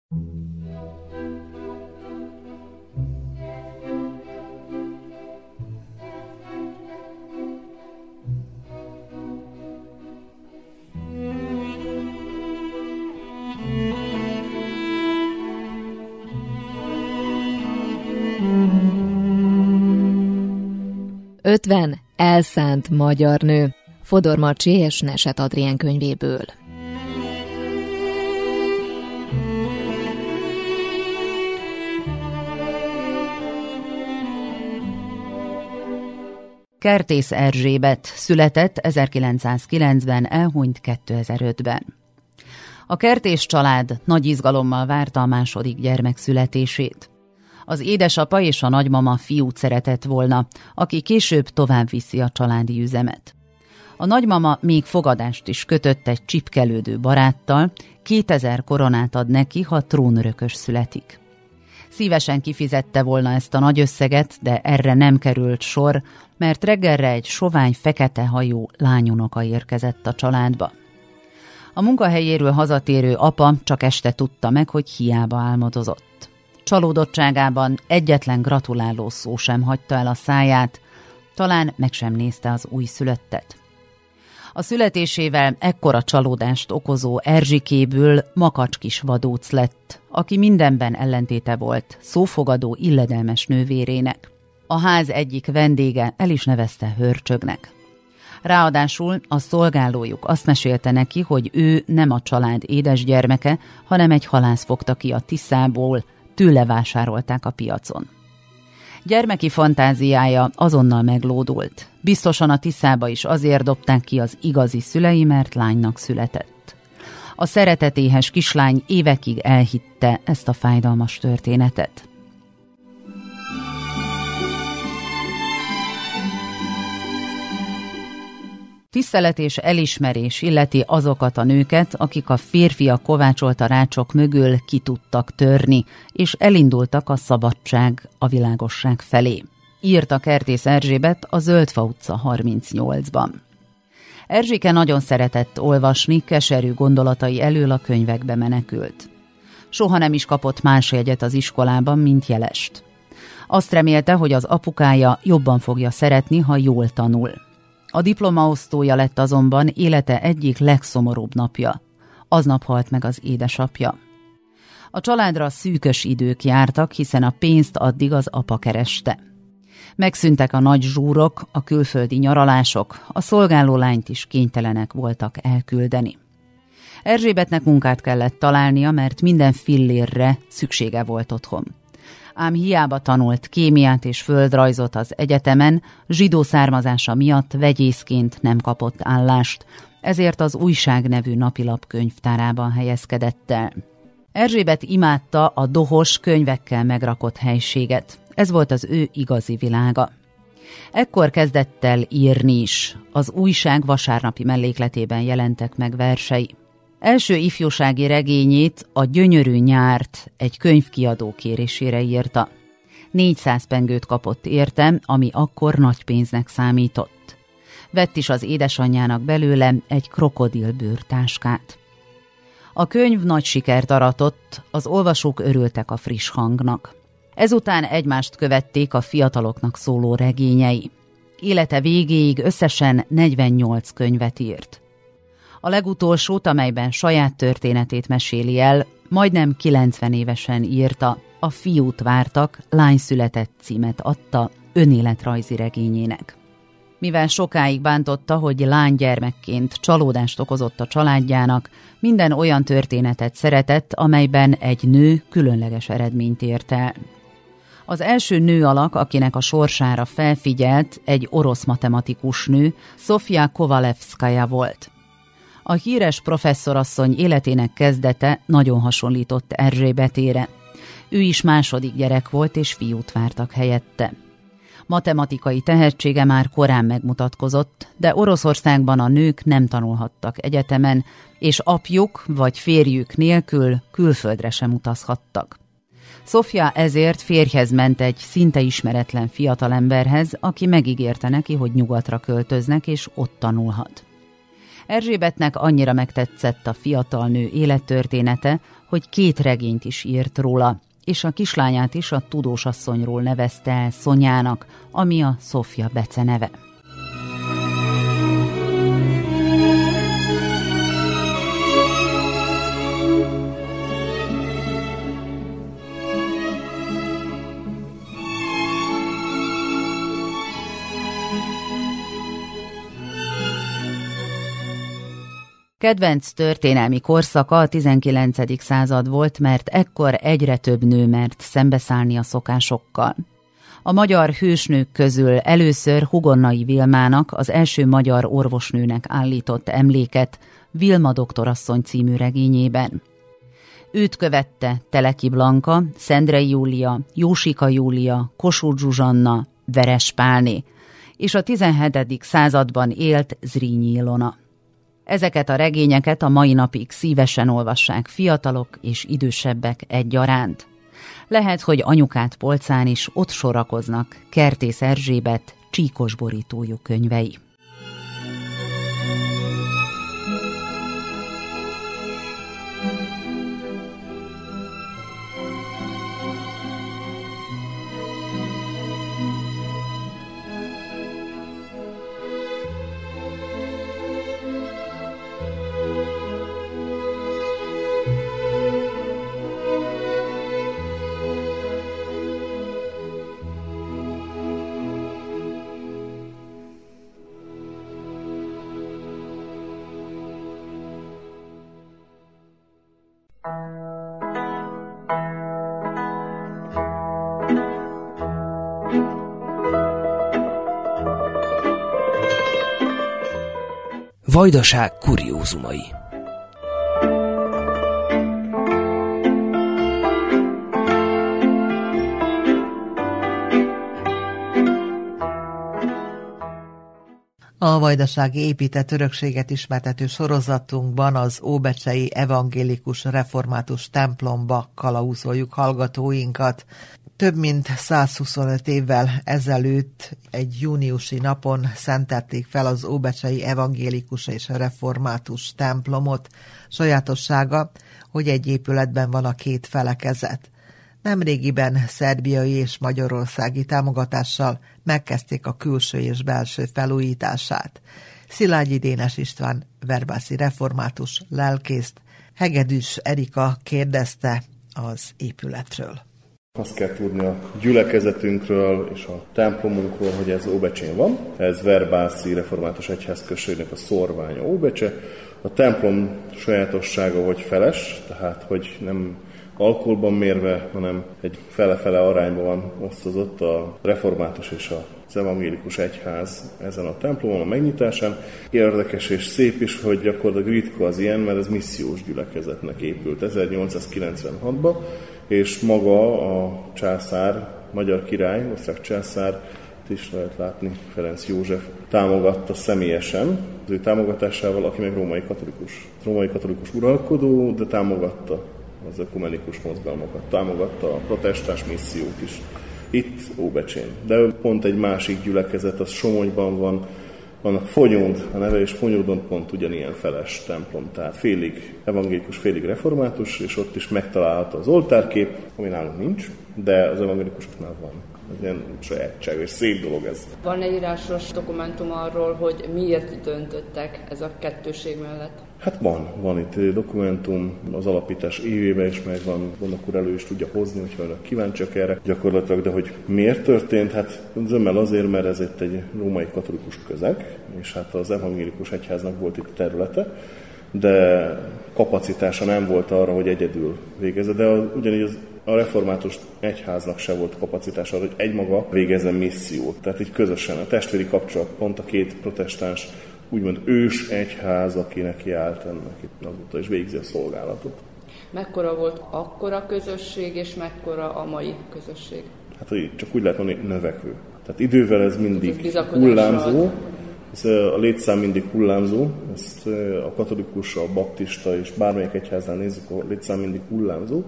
Ötven elszánt magyar nő. Fodor Marcsi és Neset Adrien könyvéből. Kertész Erzsébet született 1909-ben, elhunyt 2005-ben. A Kertész család nagy izgalommal várta a második gyermek születését. Az édesapa és a nagymama fiút szeretett volna, aki később tovább viszi a családi üzemet. A nagymama még fogadást is kötött egy csipkelődő baráttal, 2000 koronát ad neki, ha trónörökös születik. Szívesen kifizette volna ezt a nagy összeget, de erre nem került sor, mert reggelre egy sovány fekete hajú lányunoka érkezett a családba. A munkahelyéről hazatérő apa csak este tudta meg, hogy hiába álmodozott. Csalódottságában egyetlen gratuláló szó sem hagyta el a száját, talán meg sem nézte az újszülöttet. A születésével ekkora csalódást okozó Erzsikéből makacs kis vadóc lett, aki mindenben ellentéte volt szófogadó illedelmes nővérének. A ház egyik vendége el is nevezte Hörcsögnek. Ráadásul a szolgálójuk azt mesélte neki, hogy ő nem a család édesgyermeke, hanem egy halász fogta ki a Tiszából, tőle vásárolták a piacon. Gyermeki fantáziája azonnal meglódult. Biztosan a Tiszába is azért dobták ki az igazi szülei, mert lánynak született. A szeretetéhes kislány évekig elhitte ezt a fájdalmas történetet. Tisztelet és elismerés illeti azokat a nőket, akik a férfiak kovácsolta rácsok mögül ki tudtak törni, és elindultak a szabadság, a világosság felé. Írta Kertész Erzsébet a Zöldfa utca 38-ban. Erzsike nagyon szeretett olvasni, keserű gondolatai elől a könyvekbe menekült. Soha nem is kapott más jegyet az iskolában, mint jelest. Azt remélte, hogy az apukája jobban fogja szeretni, ha jól tanul. A diplomaosztója lett azonban élete egyik legszomorúbb napja. Aznap halt meg az édesapja. A családra szűkös idők jártak, hiszen a pénzt addig az apa kereste. Megszűntek a nagy zsúrok, a külföldi nyaralások, a szolgálólányt is kénytelenek voltak elküldeni. Erzsébetnek munkát kellett találnia, mert minden fillérre szüksége volt otthon. Ám hiába tanult kémiát és földrajzot az egyetemen, zsidó származása miatt vegyészként nem kapott állást, ezért az Újság nevű napilap könyvtárában helyezkedett el. Erzsébet imádta a dohos, könyvekkel megrakott helységet. Ez volt az ő igazi világa. Ekkor kezdett el írni is. Az Újság vasárnapi mellékletében jelentek meg versei. Első ifjúsági regényét, a Gyönyörű nyárt egy könyvkiadó kérésére írta. 400 pengőt kapott érte, ami akkor nagy pénznek számított. Vett is az édesanyjának belőle egy krokodilbőrtáskát. A könyv nagy sikert aratott, az olvasók örültek a friss hangnak. Ezután egymást követték a fiataloknak szóló regényei. Élete végéig összesen 48 könyvet írt. A legutolsót, amelyben saját történetét meséli el, majdnem 90 évesen írta, A fiút vártak, lány született címet adta önéletrajzi regényének. Mivel sokáig bántotta, hogy lánygyermekként csalódást okozott a családjának, minden olyan történetet szeretett, amelyben egy nő különleges eredményt ért el. Az első nő alak, akinek a sorsára felfigyelt, egy orosz matematikus nő, Szofia Kovalevszkaja volt. A híres professzorasszony életének kezdete nagyon hasonlított Erzsébetére. Ő is második gyerek volt, és fiút vártak helyette. Matematikai tehetsége már korán megmutatkozott, de Oroszországban a nők nem tanulhattak egyetemen, és apjuk vagy férjük nélkül külföldre sem utazhattak. Szofia ezért férjhez ment egy szinte ismeretlen fiatalemberhez, aki megígérte neki, hogy nyugatra költöznek, és ott tanulhat. Erzsébetnek annyira megtetszett a fiatal nő élettörténete, hogy 2 regényt is írt róla, és a kislányát is a tudósasszonyról nevezte el Szonyának, ami a Szofja beceneve. Kedvenc történelmi korszaka a 19. század volt, mert ekkor egyre több nő mert szembeszállni a szokásokkal. A magyar hősnők közül először Hugonnai Vilmának, az első magyar orvosnőnek állított emléket Vilma doktorasszony című regényében. Őt követte Teleki Blanka, Szendrei Júlia, Jósika Júlia, Kossuth Zsuzsanna, Veres Pálné, és a 17. században élt Zrínyi Ilona. Ezeket a regényeket a mai napig szívesen olvassák fiatalok és idősebbek egyaránt. Lehet, hogy anyukát polcán is ott sorakoznak Kertész Erzsébet csíkos borítójú könyvei. Vajdaság kuriózumai. A vajdasági épített örökséget ismertető sorozatunkban az óbecsei evangélikus református templomba kalauzoljuk hallgatóinkat. Több mint 125 évvel ezelőtt egy júniusi napon szentelték fel az óbecsei evangélikus és református templomot. Sajátossága, hogy egy épületben van a két felekezet. Nemrégiben szerbiai és magyarországi támogatással megkezdték a külső és belső felújítását. Szilágyi Dénes István verbászi református lelkészt Hegedűs Erika kérdezte az épületről. Azt kell tudni a gyülekezetünkről és a templomunkról, hogy ez Óbecsén van. Ez Verbászi Református Egyházközségnek a szorványa Óbecse. A templom sajátossága, hogy feles, tehát hogy nem alkoholban mérve, hanem egy fele-fele arányban van osztozott a református és az evangélikus egyház ezen a templomon, a megnyitásán. Érdekes és szép is, hogy gyakorlatilag ritka az ilyen, mert ez missziós gyülekezetnek épült 1896-ban, és maga a császár, magyar király, osztrák császár, is lehet látni, Ferenc József támogatta személyesen, az ő támogatásával, aki meg római katolikus uralkodó, de támogatta az ökumenikus mozgalmakat, támogatta a protestáns missziót is itt Óbecsén. De pont egy másik gyülekezet, az Somogyban van, annak Fonyód, a neve és Fonyódon pont ugyanilyen feles templom, tehát félig evangélikus, félig református, és ott is megtalálható az oltárkép, ami nálunk nincs, de az evangélikusoknál van. Ez ilyen sajátságos, szép dolog ez. Van egy írásos dokumentum arról, hogy miért döntöttek ez a kettőség mellett? Hát van itt dokumentum, az alapítás évében is megvan, Gondok úr elő is tudja hozni, hogyha önök kíváncsiak erre gyakorlatilag, de hogy miért történt? Hát zömmel azért, mert ez itt egy római katolikus közeg, és hát az evangélikus egyháznak volt itt területe, de kapacitása nem volt arra, hogy egyedül végezze, de ugyanígy a református egyháznak se volt kapacitása arra, hogy egymaga végezzen missziót. Tehát így közösen a testvéri kapcsolat, pont a két protestáns úgymond ős egyház, aki neki állt ennek itt azóta is végzi a szolgálatot. Mekkora volt akkora közösség, és mekkora a mai közösség? Hát csak úgy lehet mondani, növekvő. Tehát idővel ez mindig hullámzó, a létszám mindig hullámzó, ezt a katolikus, a baptista és bármelyik egyháznál nézzük, a létszám mindig hullámzó,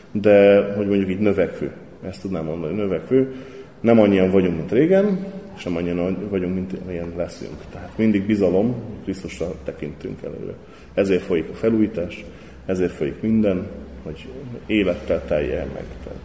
de hogy mondjuk így növekvő, ezt tudnám mondani, növekvő. Nem annyian vagyunk, mint régen, és nem annyian vagyunk, mint ilyen leszünk. Tehát mindig bizalom, Krisztusra tekintünk előre. Ezért folyik a felújítás, ezért folyik minden, hogy élettel teljen meg. Tehát.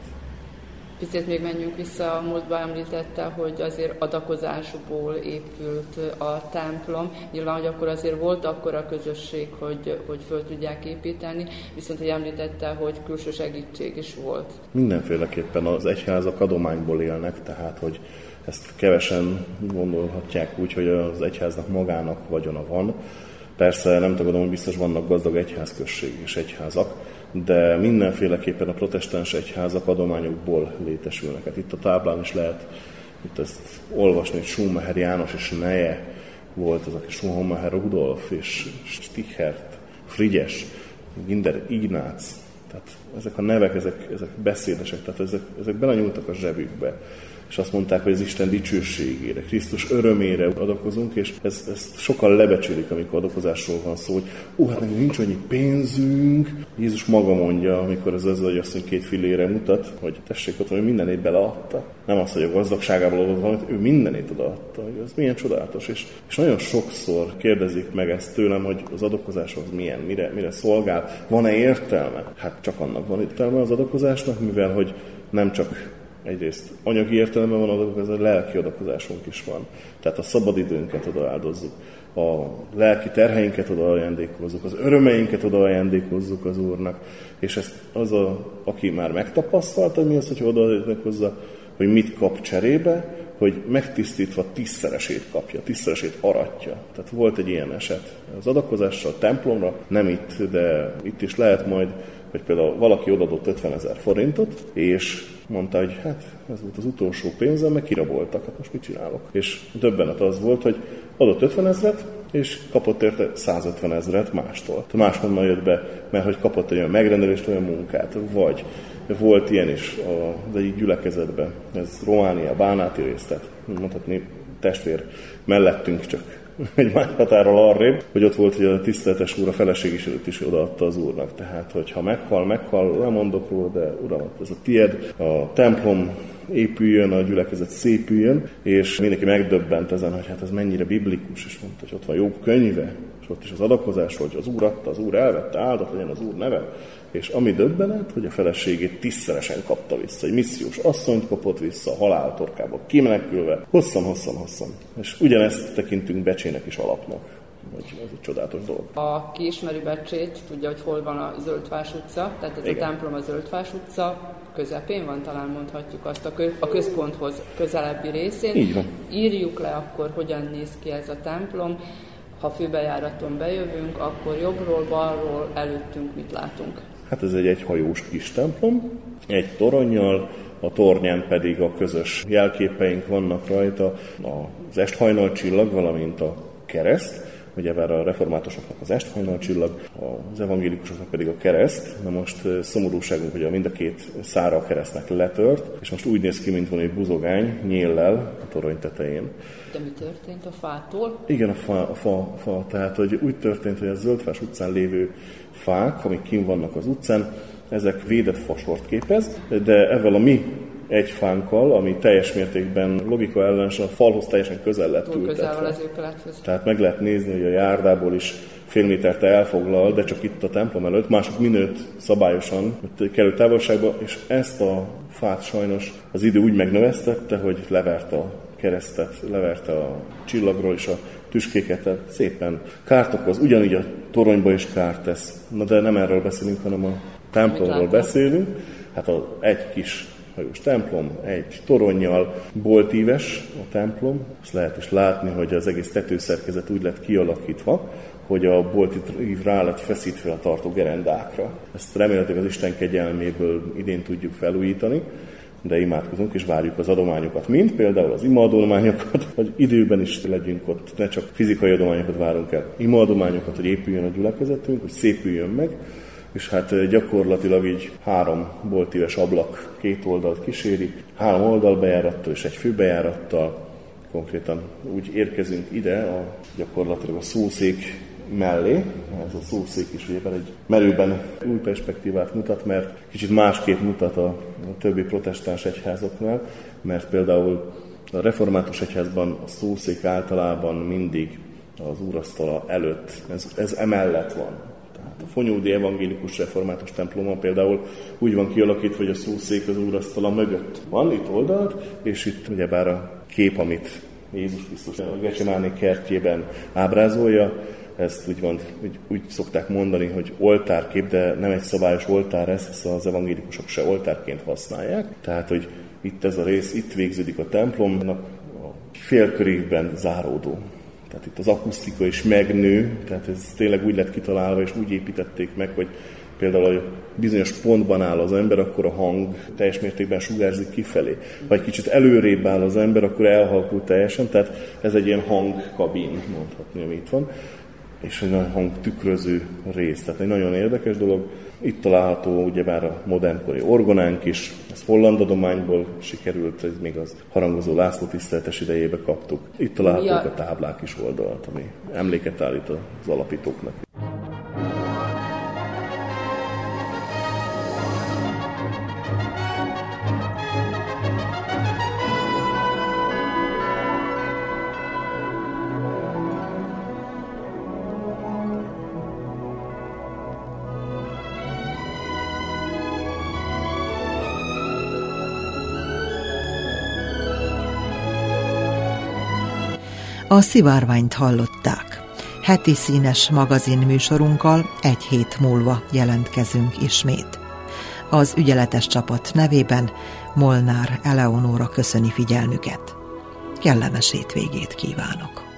Picit még menjünk vissza, a múltba említette, hogy azért adakozásból épült a templom. Nyilván, hogy akkor azért volt akkora közösség, hogy föl tudják építeni, viszont hogy említette, hogy külső segítség is volt. Mindenféleképpen az egyházak adományból élnek, tehát hogy ezt kevesen gondolhatják úgy, hogy az egyháznak magának vagyona van. Persze nem tagadom, hogy biztos vannak gazdag egyházközség és egyházak, de mindenféleképpen a protestáns egyházak adományokból létesülnek. Hát itt a táblán is lehet itt ezt olvasni, hogy Schumacher János és Neje volt az, aki Schumacher Rudolf és Stichert, Frigyes, Ginder Ignác. Tehát ezek a nevek, ezek beszédesek, tehát ezek belenyúltak a zsebükbe. És azt mondták, hogy az Isten dicsőségére, Krisztus örömére adakozunk, és ezt sokan lebecsülik, amikor adakozásról van szó, hogy hát nekünk nincs annyi pénzünk. Jézus maga mondja, amikor az özvegyasszony 2 fillére mutat, hogy tessék ott, hogy mindenét beleadta. Nem az, hogy a gazdagságából adott valamit, ő mindenét odaadta. Ez milyen csodálatos. És nagyon sokszor kérdezik meg ezt tőlem, hogy az adakozás az milyen, mire szolgál, van-e értelme? Hát csak annak van értelme az adakozásnak, mivel hogy nem csak egyrészt anyagi értelemben van adakozás, a lelki adakozásunk is van. Tehát a szabadidőnket odaáldozzuk, a lelki terheinket oda ajándékozzuk, az örömeinket oda ajándékozzuk az Úrnak. És ezt aki már megtapasztalta, hogy mi az, hogy oda ajándékozza, hogy mit kap cserébe, hogy megtisztítva 10-szeresét kapja, 10-szeresét aratja. Tehát volt egy ilyen eset az adakozással, a templomra, nem itt, de itt is lehet majd, hogy például valaki odadott 50 000 forintot, és mondta, hogy hát ez volt az utolsó pénzem, meg kiraboltak, hát most mit csinálok? És döbbenet az volt, hogy adott 50 000, és kapott érte 150 000 mástól. Máshonnan jött be, mert hogy kapott egy olyan megrendelést, olyan munkát, vagy volt ilyen is az egyik gyülekezetben, ez Románia, Bánáti részlet, mondhatni testvér mellettünk, csak egy más határral arrébb, hogy ott volt, hogy a tiszteletes úr a feleség is előtt is odaadta az úrnak. Tehát, hogy ha meghal, nem mondok róla, de uram, ez a tied, a templom épüljön, a gyülekezet szépüljön, és mindenki megdöbbent ezen, hogy hát ez mennyire biblikus, és mondta, hogy ott van Jobb könyve, és ott is az adakozás, hogy az úr adta, az úr elvette, áldott legyen az úr neve, és ami döbbenet, hogy a feleségét 10-szeresen kapta vissza, egy missziós asszonyt kapott vissza a halál torkába, kimenekülve, hosszan. És ugyanezt tekintünk Becsének is alapnak, hogy ez egy csodálatos dolog. A ki ismeri Becsét, tudja, hogy hol van a Zöldfás utca, tehát ez igen. A templom a Zöldfás utca közepén van, talán mondhatjuk azt, a központhoz közelebbi részén. Így van. Írjuk le akkor, hogyan néz ki ez a templom. Ha főbejáraton bejövünk, akkor jobbról, balról, előttünk mit látunk? Hát ez egy egyhajós kis templom, egy toronnyal, a tornyán pedig a közös jelképeink vannak rajta, az esthajnalcsillag, valamint a kereszt, ugyebár a reformátusoknak az esthajnalcsillag, az evangélikusoknak pedig a kereszt. Na most szomorúságunk, hogy mind a két szára a keresztnek letört, és most úgy néz ki, mint van egy buzogány nyéllel a torony tetején. De mi történt a fától? Igen, a fa. Tehát hogy úgy történt, hogy a Zöldfás utcán lévő fák, amik kint vannak az utcán, ezek védett fasort képez, de ezzel a mi egy fánkkal, ami teljes mértékben logika ellenesen a falhoz teljesen közel lett ültetve. Tehát meg lehet nézni, hogy a járdából is fél métert elfoglal, de csak itt a templom előtt, mások minőtt szabályosan, kellő távolságban, és ezt a fát sajnos az idő úgy megnövesztette, hogy leverte a keresztet, leverte a csillagról és a tüskéket, szépen kárt okoz, ugyanígy a toronyba is kárt tesz. Na de nem erről beszélünk, hanem a templomról beszélünk. Hát egy kis hajós templom, egy toronnyal, boltíves a templom. Azt lehet is látni, hogy az egész tetőszerkezet úgy lett kialakítva, hogy a boltív rá lett feszítve a tartó gerendákra. Ezt remélhetőleg az Isten kegyelméből idén tudjuk felújítani, de imádkozunk és várjuk az adományokat, mint például az imaadományokat, hogy időben is legyünk ott, ne csak fizikai adományokat várunk el, imaadományokat, hogy épüljön a gyülekezetünk, hogy szépüljön meg, és hát gyakorlatilag így 3 boltíves ablak 2 oldalt kíséri, 3 oldalbejárattal és egy főbejárattal, konkrétan úgy érkezünk ide, gyakorlatilag a szószék mellé. Ez a szószék is ugyebár egy merőben új perspektívát mutat, mert kicsit másképp mutat a többi protestáns egyházoknál, mert például a református egyházban a szószék általában mindig az úrasztala előtt, ez emellett van. Tehát a Fonyódi evangélikus református templomon például úgy van kialakítva, hogy a szószék az úrasztala mögött van, itt oldalt, és itt ugyebár a kép, amit Jézus Krisztus a Gecsemáné kertjében ábrázolja, ezt úgy szokták mondani, hogy oltárkép, de nem egy szabályos oltár ez, hisz az evangélikusok se oltárként használják. Tehát, hogy itt ez a rész, itt végződik a templomnak a félkörében záródó. Tehát itt az akusztika is megnő, tehát ez tényleg úgy lett kitalálva, és úgy építették meg, hogy például, hogy bizonyos pontban áll az ember, akkor a hang teljes mértékben sugárzik kifelé. Ha egy kicsit előrébb áll az ember, akkor elhalkul teljesen, tehát ez egy ilyen hangkabin, mondhatni, ami itt van, és egy nagyon hangtükröző rész, tehát egy nagyon érdekes dolog. Itt található ugyebár a modernkori orgonánk is, ez holland adományból sikerült, ez még az harangozó László tiszteletes idejébe kaptuk. Itt találhatók a táblák is oldalt, ami emléket állít az alapítóknak. A Szivárványt hallották. Heti színes magazin műsorunkkal egy hét múlva jelentkezünk ismét. Az ügyeletes csapat nevében Molnár Eleonóra köszöni figyelmüket. Kellemes hétvégét kívánok!